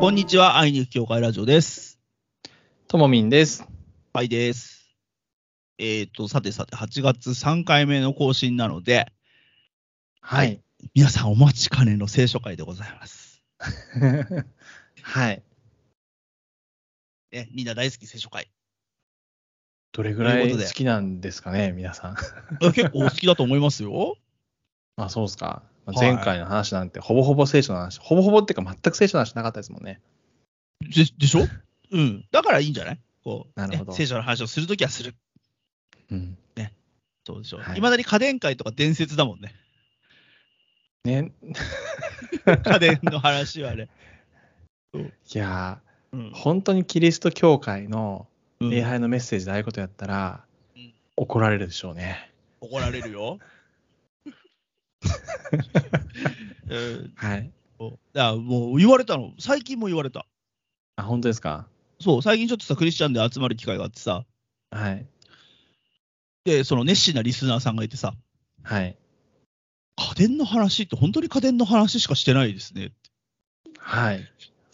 こんにちは、愛に行く教会ラジオです。 ともみんです。 はいです。さて、8月3回目の更新なので、 はい。 皆さんお待ちかねの聖書会でございます。 はい。 ね、みんな大好き聖書会。 どれぐらい好きなんですかね、皆さん。 結構好きだと思いますよ。 まあそうですか。 はい前回の話なんてほぼほぼ聖書の話、ほぼほぼっていうか全く聖書の話なかったですもんね。 でしょうん。だからいいんじゃないこう、 なるほど。 聖書の話をするときはする。 うん。 ね。そうでしょ。 はいいまだに家電会とか伝説だもんね。 ね。 家電の話はね。 いやうん。 本当にキリスト教会のうん礼拝のメッセージでああいうことやったら、怒られるでしょうね。 怒られるよ。 はい。 だからもう言われたの。最近も言われた。 あ、本当ですか。 そう、最近ちょっとさ、クリスチャンで集まる機会があってさ、 はい。 で、その熱心なリスナーさんがいてさ、 はい。 家電の話って本当に家電の話しかしてないですねって。 はい。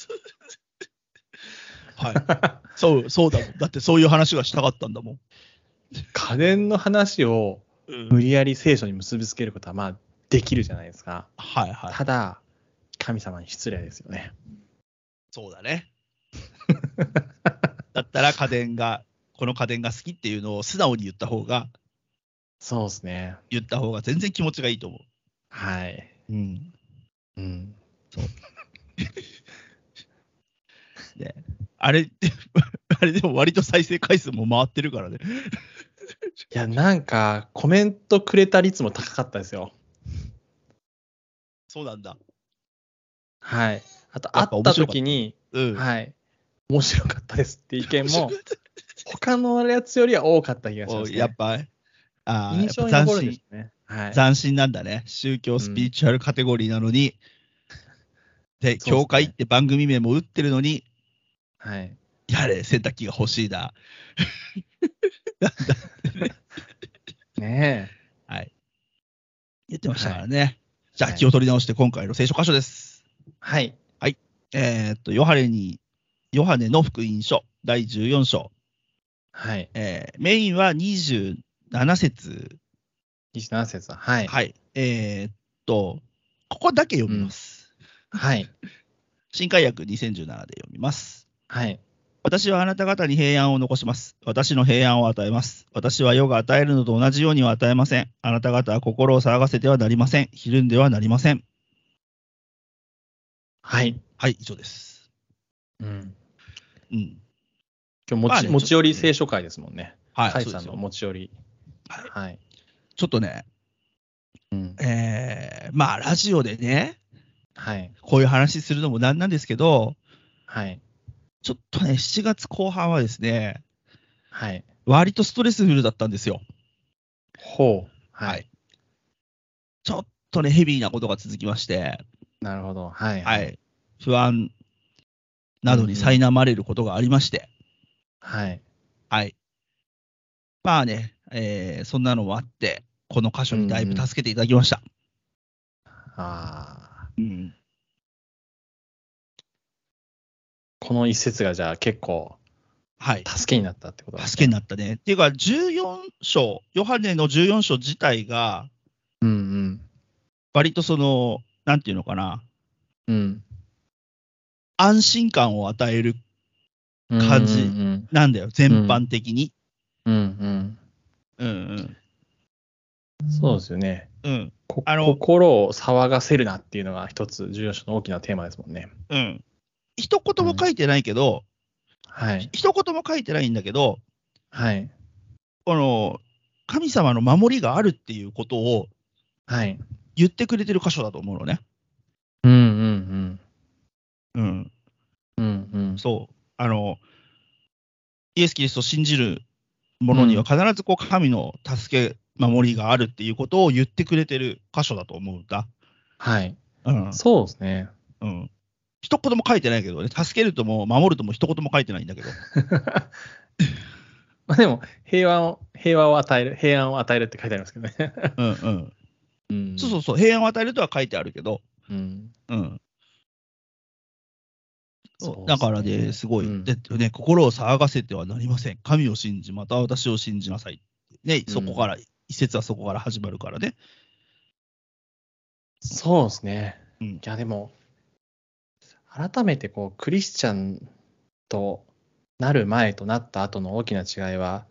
はい。そうだもん。だってそういう話がしたかったんだもん。 家電の話を無理やり聖書に結びつけることはまあできるじゃないですか。 はいはい。 ただ、神様に失礼ですよね。 そうだね。だったらこの家電が好きっていうのを素直に言った方が全然気持ちがいいと思う。 はい。うん。 そう。で、あれでも割と再生回数も回ってるからね。 いや、なんか、コメントくれた率も高かったですよ。 そうなんだ。 はい。あと、会った時に、はい。面白かったですって意見も、他のやつよりは多かった気がしますね。 やっぱ印象に残るんですね。 はい。斬新なんだね。宗教スピリチュアルカテゴリーなのに、で、教会って番組名も打ってるのに、 はい。 やれ、洗濯機が欲しいな。なんだってね。 ねえ。はい。言ってましたからね。じゃあ、気を取り直して今回の聖書箇所です。 はい。 はい。ヨハネの福音書、第14章。 はい。 メインは27節。 27節。はい。 はい。ここだけ読みます。 はい。 新海訳2017で読みます。 はい。 私はあなた方に平安を残します。私の平安を与えます。私は世が与えるのと同じようには与えません。あなた方は心を騒がせてはなりません。ひるんではなりません。 はい。 はい、以上です。 うん。 今日持ち寄り聖書会ですもんね。 はい。 甲斐さんの持ち寄り。 はい。ちょっとね、まあ、ラジオでね、 はい。 こういう話するのもなんなんですけど、 はい。 ちょっとね、7月後半はですね、 はい。 割とストレスフルだったんですよ。 ほう。はい。 ちょっとね、ヘビーなことが続きまして。 なるほど。はい。 はい。不安などに苛まれることがありまして。 はい。 はい。まあね、そんなのもあって、この箇所にだいぶ助けていただきました。 この一節がじゃあ結構、助けになったってことですね。 助けになったね。っていうか、14章、ヨハネの14章自体が、割となんていうのかな、安心感を与える感じなんだよ、全般的に。 そうですよね。 心を騒がせるなっていうのが一つ14章の大きなテーマですもんね。 一言も書いてないけど、一言も書いてないんだけど、この神様の守りがあるっていうことを言ってくれてる箇所だと思うのね。そう。イエス・キリストを信じる者には必ず神の助け、守りがあるっていうことを言ってくれてる箇所だと思うんだ。 はい。そうですね。 一言も書いてないけどね、助けるとも守るとも一言も書いてないんだけど。 まあでも平和を与える、平安を与えるって書いてありますけどね。 そう、平安を与えるとは書いてあるけど、 だからね、すごい、ね、心を騒がせてはなりません。神を信じ、また私を信じなさい。ね、そこから、一節はそこから始まるからね。 そうですね。いや、でも、改めてクリスチャンとなる前となった後の大きな違いは、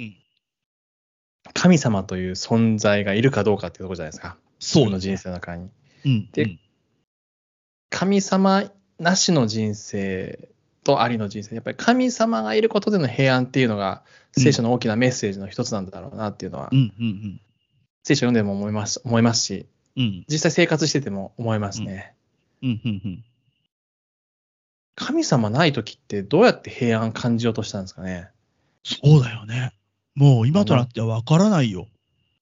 神様という存在がいるかどうかっていうところじゃないですか。自分の人生の中に。で、神様なしの人生とありの人生、やっぱり神様がいることでの平安っていうのが、聖書の大きなメッセージの一つなんだろうなっていうのは、聖書読んでも思いますし、実際生活してても思いますね。神様ないときってどうやって平安感じようとしたんですかね。 そうだよね。もう今となっては分からないよ。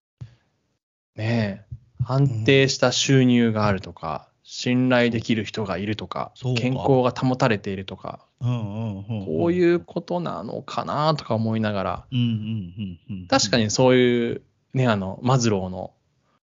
ねえ。安定した収入があるとか、信頼できる人がいるとか、健康が保たれているとか、こういうことなのかなとか思いながら、確かにそういうね、マズローの、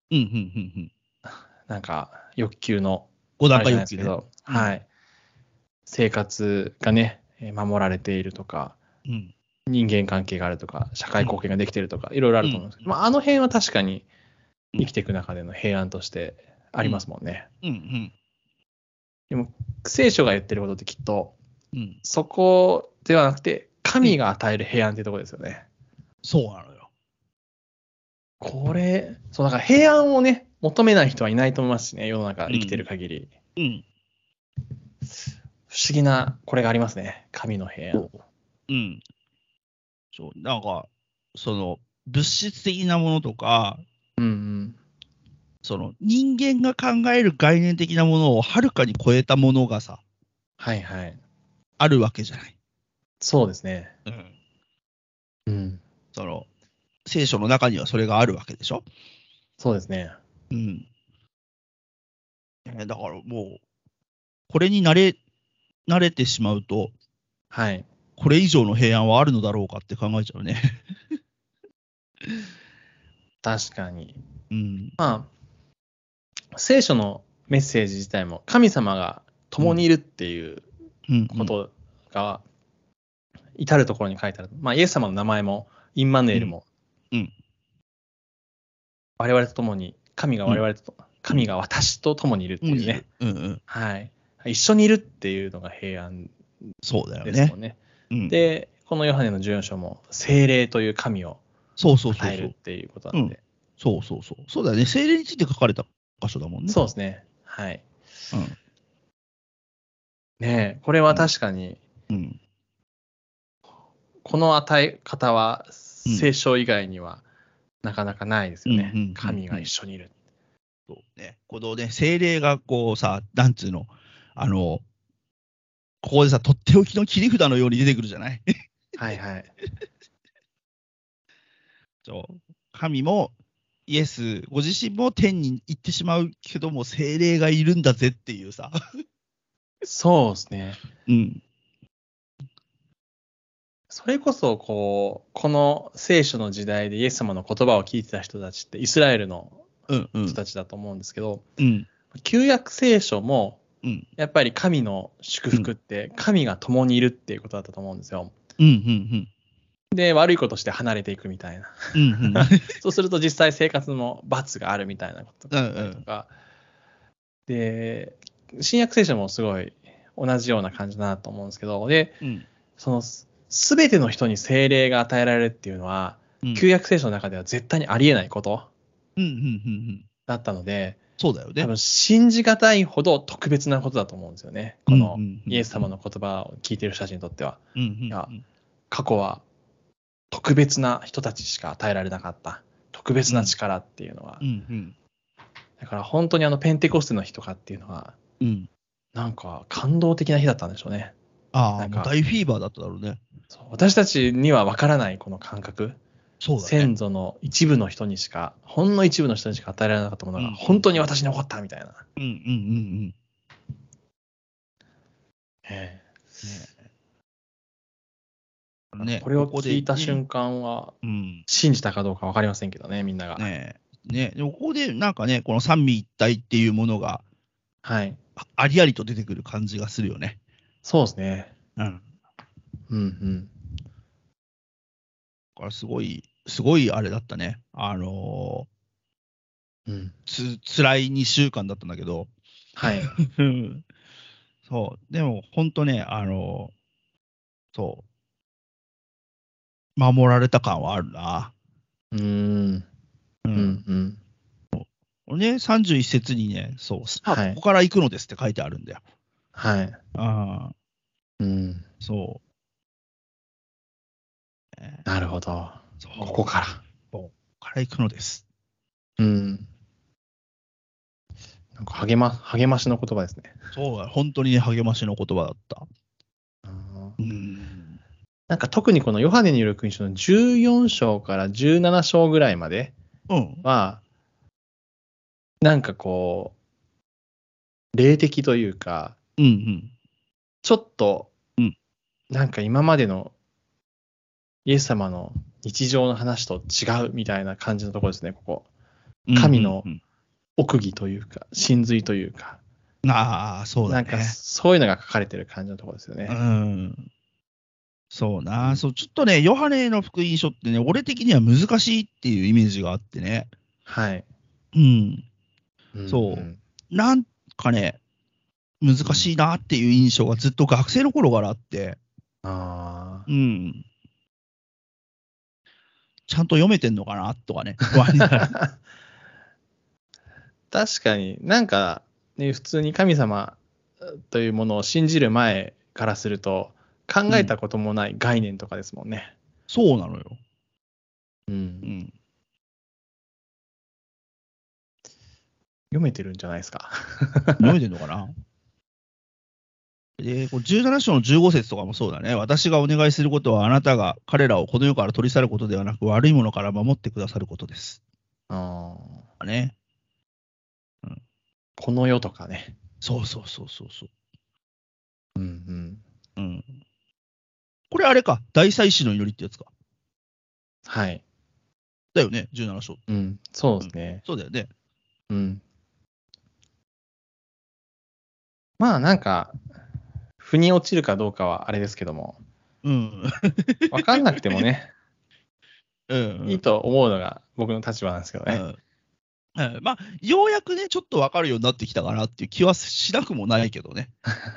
なんか欲求の 5段階欲求ね。 はい。生活がね、守られているとか、人間関係があるとか、社会貢献ができているとか、いろいろあると思うんですけど、あの辺は確かに生きていく中での平安としてありますもんね。でも、聖書が言ってることってきっと、そこではなくて、神が与える平安っていうところですよね。 そうなのよ。 だから平安をね、求めない人はいないと思いますしね、世の中生きてる限り。不思議な、これがありますね。神の平安。 そう、なんか、物質的なものとか、人間が考える概念的なものをはるかに超えたものがさ、あるわけじゃない。 そうですね。 聖書の中にはそれがあるわけでしょ。 そうですね。 だからもう、これに慣れてしまうと、これ以上の平安はあるのだろうかって考えちゃうね。 確かに。まあ、聖書のメッセージ自体も神様が共にいるっていうことが至るところに書いてある。まあ、イエス様の名前もインマヌエルも、我々と共に、神が私と共にいるっていうね。一緒にいるっていうのが平安ですもんね。で、このヨハネの14章も聖霊という神を与えるっていうことなんで。 そうだよね。聖霊について書かれた箇所だもんね。 そうですね。はい。ねえ、これは確かに、この与え方は聖書以外にはなかなかないですよね。神が一緒にいる。 そうね。このね、聖霊がこうさ、なんつうの、ここでさ、とっておきの切り札のように出てくるじゃない。神もイエスご自身も天に行ってしまうけども、聖霊がいるんだぜっていうさ。 そうですね。それこそこの聖書の時代でイエス様の言葉を聞いてた人たちってイスラエルの人たちだと思うんですけど、旧約聖書もやっぱり神の祝福って神が共にいるっていうことだったと思うんですよ。で、悪いことして離れていくみたいな。そうすると実際生活の罰があるみたいなことだったりとか。で、新約聖書もすごい同じような感じだなと思うんですけど、で、すべての人に聖霊が与えられるっていうのは、旧約聖書の中では絶対にありえないことだったので、 そうだよね。 多分信じがたいほど特別なことだと思うんですよね。このイエス様の言葉を聞いている人たちにとっては。過去は特別な人たちしか与えられなかった特別な力っていうのは。だから本当にペンテコステの日とかっていうのは、なんか感動的な日だったんでしょうね。 もう大フィーバーだっただろうね。 私たちには分からないこの感覚。先祖の一部の人にしか、ほんの一部の人にしか与えられなかったものが、本当に私に起こったみたいな。これを聞いた瞬間は、信じたかどうか分かりませんけどね、みんなが。 でもここでなんかね、この三位一体っていうものが、ありありと出てくる感じがするよね。 そうですね。 うん。 うんうん。 だからすごいあれだったね。辛い2週間だったんだけど。 はい。 そう。でも、本当ね、そう。守られた感はあるな。 うんうん。 ね、31節にね、そう、さあ、 はい、 ここから行くのですって書いてあるんだよ。 はい。 ああ、 うん。 そう。 なるほど。 そう。 ここから。 ここから行くのです。 うん。なんか励ましの言葉ですね。 そう、本当にね、励ましの言葉だった。 うん 。 なんか特にこのヨハネによる福音書の14章から17章ぐらいまでは、なんかこう、霊的というか、ちょっと、なんか今までのイエス様の日常の話と違うみたいな感じのところですね、ここ。神の奥義というか、真髄というか。 ああ、そうだね。 なんかそういうのが書かれてる感じのところですよね。 そうな、そう、ちょっとね、ヨハネの福音書ってね、俺的には難しいっていうイメージがあってね。 はい。 そう。なんかね、難しいなっていう印象がずっと学生の頃からあって。ちゃんと読めてんのかなとかね、不安になる。 確かになんか、ね、普通に神様というものを信じる前からすると、考えたこともない概念とかですもんね。 そうなのよ。 読めてるんじゃないですか。 読めてんのかな。で、17章の15節とかもそうだね。私がお願いすることは、あなたが彼らをこの世から取り去ることではなく、悪いものから守ってくださることです。ね。 この世とかね。 そう。これあれか、大祭司の祈りってやつか。 はい。 だよね、17章。 そうですね。 そうだよね。 まあなんか、腑に落ちるかどうかはあれですけども。わかんなくてもね。いいと思うのが僕の立場なんですけどね。 まあ、ようやくね、ちょっとわかるようになってきたかなっていう気はしなくもないけどね。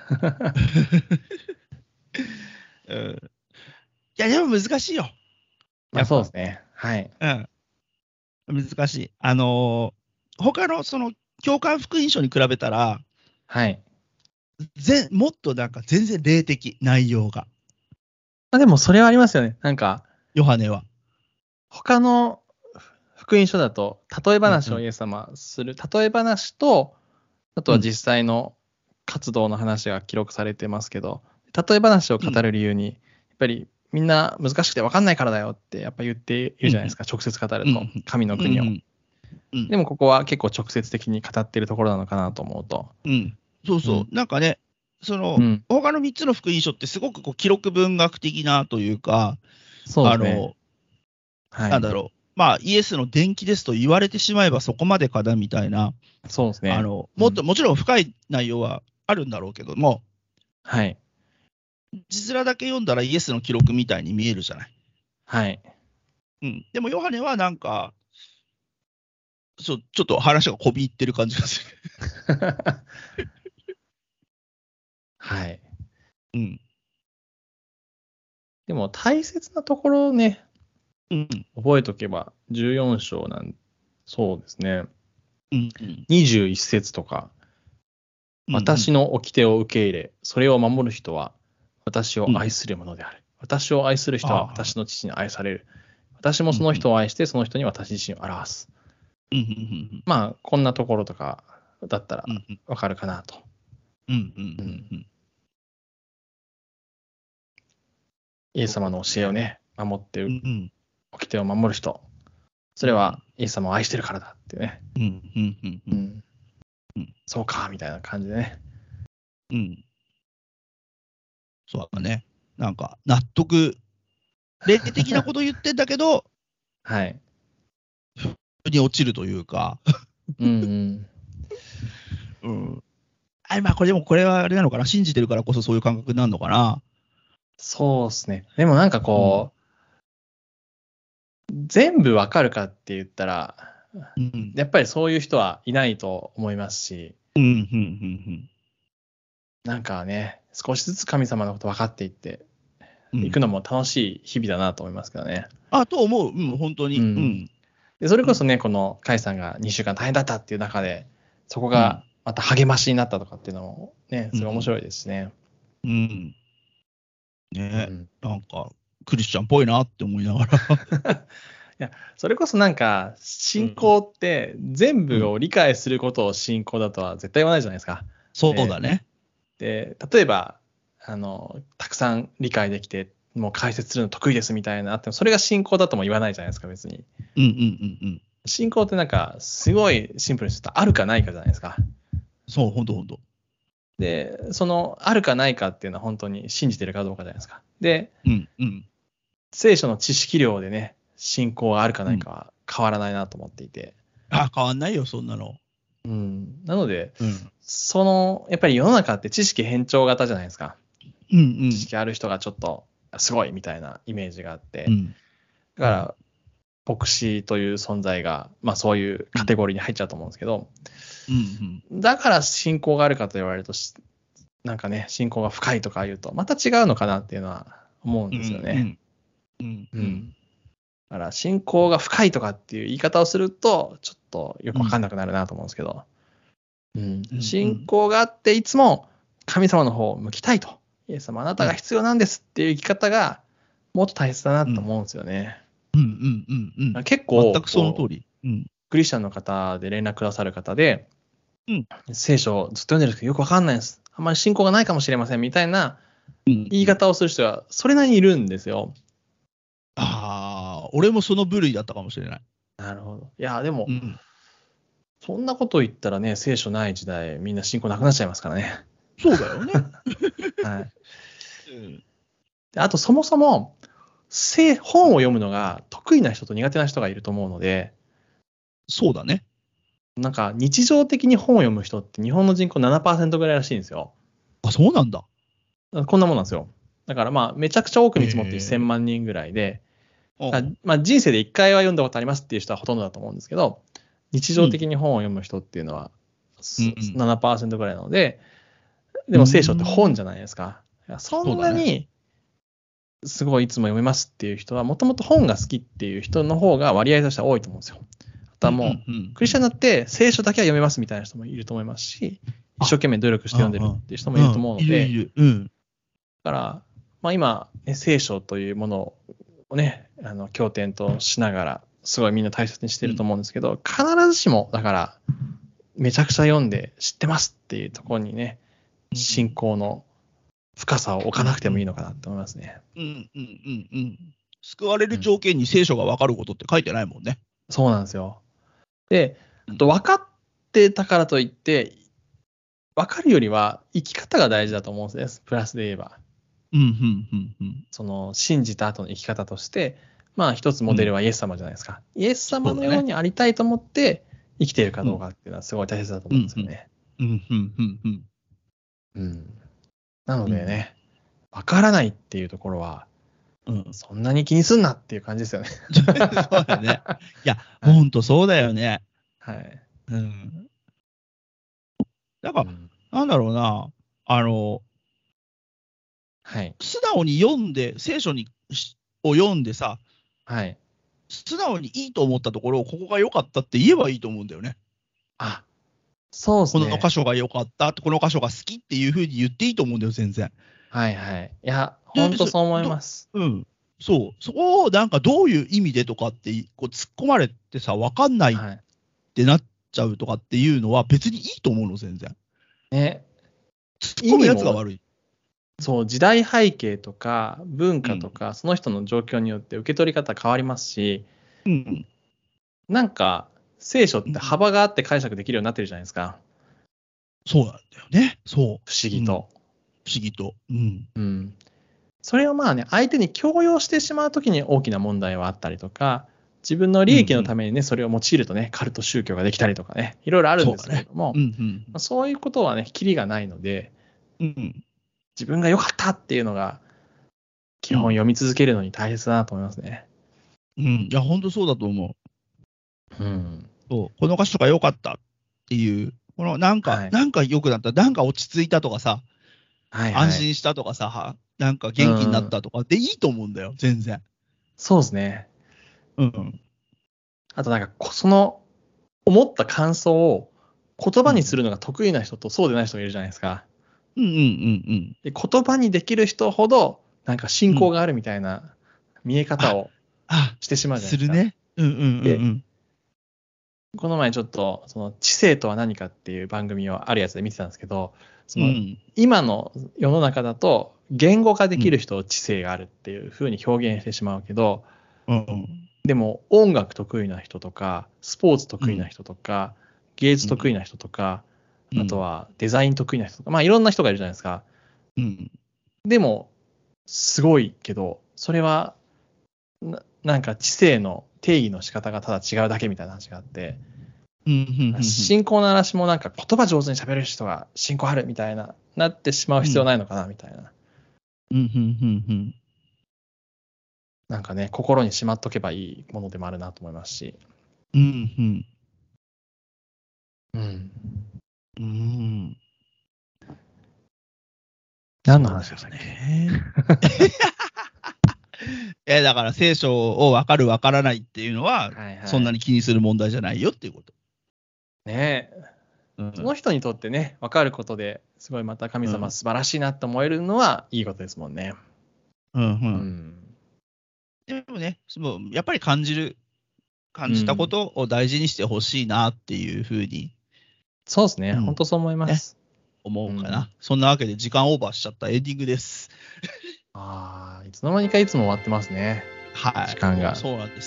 いや、でも難しいよ。 まあそうですね。はい。 難しい。他のその教会福音書に比べたら、 はい。 もっとなんか全然霊的、内容が。 でもそれはありますよね。なんか、 ヨハネは。 他の福音書だと、例え話をイエス様する、例え話と、あとは実際の活動の話が記録されてますけど、例え話を語る理由に、やっぱりみんな難しくて分かんないからだよってやっぱ言っているじゃないですか、直接語ると、神の国を。でもここは結構直接的に語っているところなのかなと思うと。 そう。なんかね、他の3つの福音書ってすごく記録文学的なというか、 そうですね。 なんだろう。まあ、イエスの伝記ですと言われてしまえばそこまでかなみたいな。 そうですね。 もちろん深い内容はあるんだろうけども、 はい。 字面だけ読んだらイエスの記録みたいに見えるじゃない。 はい。 でもヨハネはなんか、ちょっと話がこび入ってる感じがする。 はい。でも大切なところをね、覚えとけば、14章そうですね。21節とか、私の掟を受け入れ、それを守る人は私を愛するものである。私を愛する人は私の父に愛される。私もその人を愛して、その人に私自身を表す。まあ、こんなところとかだったらわかるかなと。イエス様の教えをね、守ってる、掟を守る人。それはイエス様を愛してるからだってね。そうか、みたいな感じでね。 そうだね。なんか、納得、霊的なこと言ってんだけど、 はい。 に落ちるというか。 まあこれはあれなのかな、信じてるからこそそういう感覚になるのかな。 そうですね。でもなんかこう、全部わかるかって言ったら、やっぱりそういう人はいないと思いますし、なんかね、少しずつ神様のこと分かっていっていくのも楽しい日々だなと思いますけどね。 と思う。本当に。 でそれこそね、この甲斐さんが2週間大変だったっていう中で、そこがまた励ましになったとかっていうのもね、それ面白いですしね。 なんか、クリスチャンっぽいなって思いながら。 いや、それこそなんか、信仰って全部を理解することを信仰だとは絶対言わないじゃないですか。 そうだね。 で、例えば、たくさん理解できて、もう解説するの得意ですみたいなあっても、それが信仰だとも言わないじゃないですか、別に。信仰ってなんか、すごいシンプルにすると、あるかないかじゃないですか。 そう、ほんと。 で、その、あるかないかっていうのは本当に信じてるかどうかじゃないですか。で、聖書の知識量でね、信仰があるかないかは変わらないなと思っていて。 変わんないよ、そんなの。 なので、やっぱり世の中って知識偏重型じゃないですか。知識ある人がちょっとすごいみたいなイメージがあって。だから、牧師という存在が、まあそういうカテゴリーに入っちゃうと思うんですけど、だから信仰があるかと言われると、なんかね、信仰が深いとか言うと、また違うのかなっていうのは思うんですよね。だから信仰が深いとかっていう言い方をすると、ちょっとよくわかんなくなるなと思うんですけど、信仰があっていつも神様の方を向きたいと。イエス様あなたが必要なんですっていう生き方がもっと大切だなと思うんですよね。結構、 全くその通り。 クリスチャンの方で連絡くださる方で、聖書をずっと読んでるんですけどよくわかんないです。あんまり信仰がないかもしれませんみたいな言い方をする人がそれなりにいるんですよ。 俺もその部類だったかもしれない。 なるほど。いや、でも、そんなこと言ったらね、聖書ない時代、みんな信仰なくなっちゃいますからね。 そうだよね。 はい。あと、そもそも、本を読むのが得意な人と苦手な人がいると思うので、 そうだね。 なんか、日常的に本を読む人って日本の人口 7% ぐらいらしいんですよ。 そうなんだ。 こんなもんなんですよ。だからまあ、めちゃくちゃ多く見積もって1000万人ぐらいで、まあ、人生で1回は読んだことありますっていう人はほとんどだと思うんですけど、日常的に本を読む人っていうのは 7% ぐらいなので、でも聖書って本じゃないですか。そんなにすごいいつも読めますっていう人は、もともと本が好きっていう人の方が割合としては多いと思うんですよ。あとはもう、クリスチャンになって聖書だけは読めますみたいな人もいると思いますし、一生懸命努力して読んでるっていう人もいると思うので、だから、まあ今、聖書というものをね、経典としながら、すごいみんな大切にしてると思うんですけど、必ずしも、だから、めちゃくちゃ読んで知ってますっていうところにね、信仰の深さを置かなくてもいいのかなって思いますね。 救われる条件に聖書が分かることって書いてないもんね。 そうなんですよ。で、あと分かってたからといって、分かるよりは生き方が大事だと思うんですね。プラスで言えば。その信じた後の生き方として、まあ一つモデルはイエス様じゃないですか。イエス様のようにありたいと思って生きているかどうかっていうのはすごい大切だと思うんですよね。なのでね、わからないっていうところは、そんなに気にすんなっていう感じですよね。 そうだね。いや、ほんとそうだよね。 はい。 なんか、なんだろうな、 はい。 素直に読んで、聖書を読んでさ、 はい。 素直にいいと思ったところを、ここが良かったって言えばいいと思うんだよね。 そうですね。 この箇所が良かった、この箇所が好きっていうふうに言っていいと思うんだよ、全然。 はいはい。いや、本当そう思います。 そう。そこをなんかどういう意味でとかってこう突っ込まれてさ、分かんないってなっちゃうとかっていうのは別にいいと思うの、全然。 ね。 突っ込むやつが悪い。 そう、時代背景とか文化とか、その人の状況によって受け取り方変わりますし、なんか、聖書って幅があって解釈できるようになってるじゃないですか。 そうなんだよね。そう。 不思議と。 不思議と。 それをまあね、相手に強要してしまうときに大きな問題はあったりとか、 自分の利益のためにね、それを用いるとね、カルト宗教ができたりとかね、いろいろあるんですけれども、そういうことはね、キリがないので、自分が良かったっていうのが、基本読み続けるのに大切だなと思いますね。 いや、本当そうだと思う。そう、この箇所が良かったっていう、このなんか良くなった、なんか落ち着いたとかさ、安心したとかさ、なんか元気になったとかでいいと思うんだよ、全然。 そうですね。あとなんか、その思った感想を言葉にするのが得意な人とそうでない人がいるじゃないですか。で、言葉にできる人ほど、なんか信仰があるみたいな見え方をしてしまうじゃないですか。 するね。 この前ちょっと、その知性とは何かっていう番組をあるやつで見てたんですけど、その今の世の中だと言語化できる人を知性があるっていう風に表現してしまうけど、でも音楽得意な人とか、スポーツ得意な人とか、芸術得意な人とか、あとはデザイン得意な人とか、まあいろんな人がいるじゃないですか。でも、すごいけど、それはなんか知性の定義の仕方がただ違うだけみたいな話があって、信仰の話もなんか言葉上手に喋る人が信仰あるみたいな、なってしまう必要ないのかなみたいな。なんかね、心にしまっとけばいいものでもあるなと思いますし。何の話でしたっけだから聖書を分かる分からないっていうのは、そんなに気にする問題じゃないよっていうこと。 ねえ。その人にとってね、分かることですごいまた神様素晴らしいなって思えるのはいいことですもんね。 でもね、やっぱり感じたことを大事にしてほしいなっていうふうに。 そうですね。本当そう思います。 思うかな。そんなわけで時間オーバーしちゃったエンディングです。 いつの間にかいつも終わってますね。時間が。 そうなんです。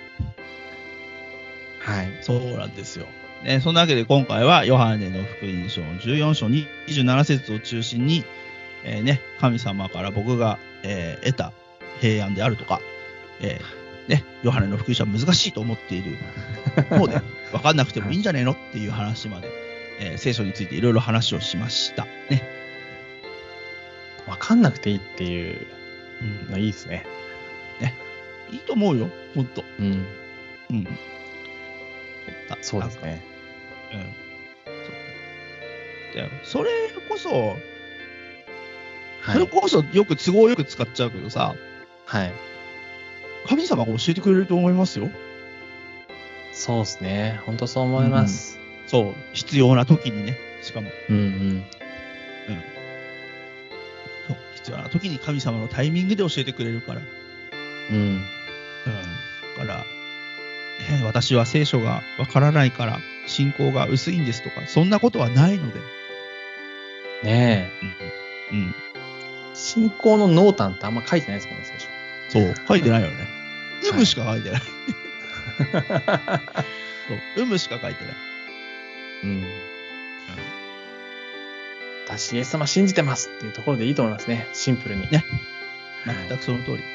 そうなんですよ。そんなわけで今回はヨハネの福音書の14章27節を中心に、神様から僕が、得た平安であるとか、ヨハネの福音書は難しいと思っている方で分かんなくてもいいんじゃねえのっていう話まで、聖書についていろいろ話をしましたね。 分かんなくていいっていうのいいですね。 いいと思うよ、ほんと。 そうですね。 それこそよく都合よく使っちゃうけどさ、神様が教えてくれると思いますよ。 そうですね。本当そう思います。 そう、必要な時にね、しかも。そう、必要な時に神様のタイミングで教えてくれるから。だから、私は聖書がわからないから信仰が薄いんですとか、そんなことはないので。 信仰の濃淡ってあんま書いてないですもんね、聖書。そう、書いてないよね。有無しか書いてない。そう、有無しか書いてない。 私、イエス様信じてますっていうところでいいと思いますね。シンプルに。 ね。全くその通り。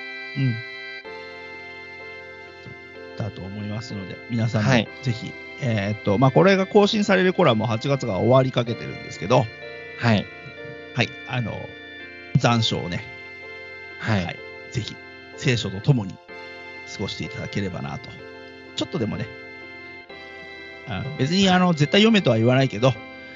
だと思いますので、皆さんもぜひ、これが更新される頃はもう8月が終わりかけてるんですけど、残暑をね、ぜひ、聖書とともに過ごしていただければなと。ちょっとでもね、別に絶対読めとは言わないけど、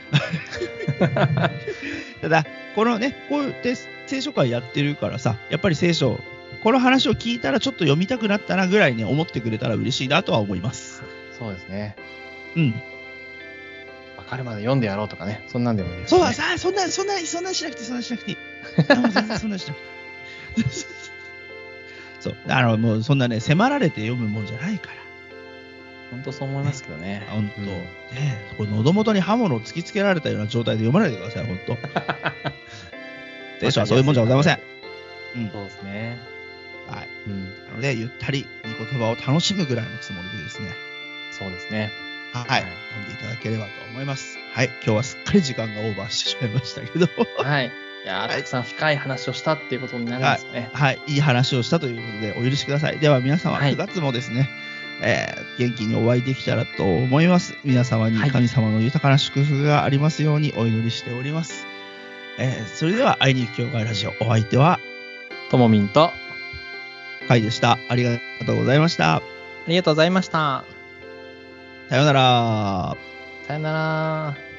ただ、このね、こうやって聖書会やってるからさ、やっぱり聖書、この話を聞いたらちょっと読みたくなったなぐらいね、思ってくれたら嬉しいなとは思います。 そうですね。分かるまで読んでやろうとかね、そんなんでもいいですね。 そうさ、そんなしなくていい。もう全然そんなしなくていい。そう、もうそんなね、迫られて読むもんじゃないから。 本当そう思いますけどね。 本当。これ喉元に刃物を突きつけられたような状態で読まないでください、本当。聖書はそういうもんじゃございません。 そうですね。 なので、ゆったり御言葉を楽しむぐらいのつもりでですね。 そうですね。 読んでいただければと思います。今日はすっかり時間がオーバーしてしまいましたけど。 いやたくさん深い話をしたっていうことになりますね。 いい話をしたということでお許しください。では皆様、9月もですね、 元気にお会いできたらと思います。皆様に神様の豊かな祝福がありますようにお祈りしております。それでは、会いに行く教会ラジオ、お相手は、 ともみんと、 かいでした。ありがとうございました。 ありがとうございました。 さようなら。 さようなら。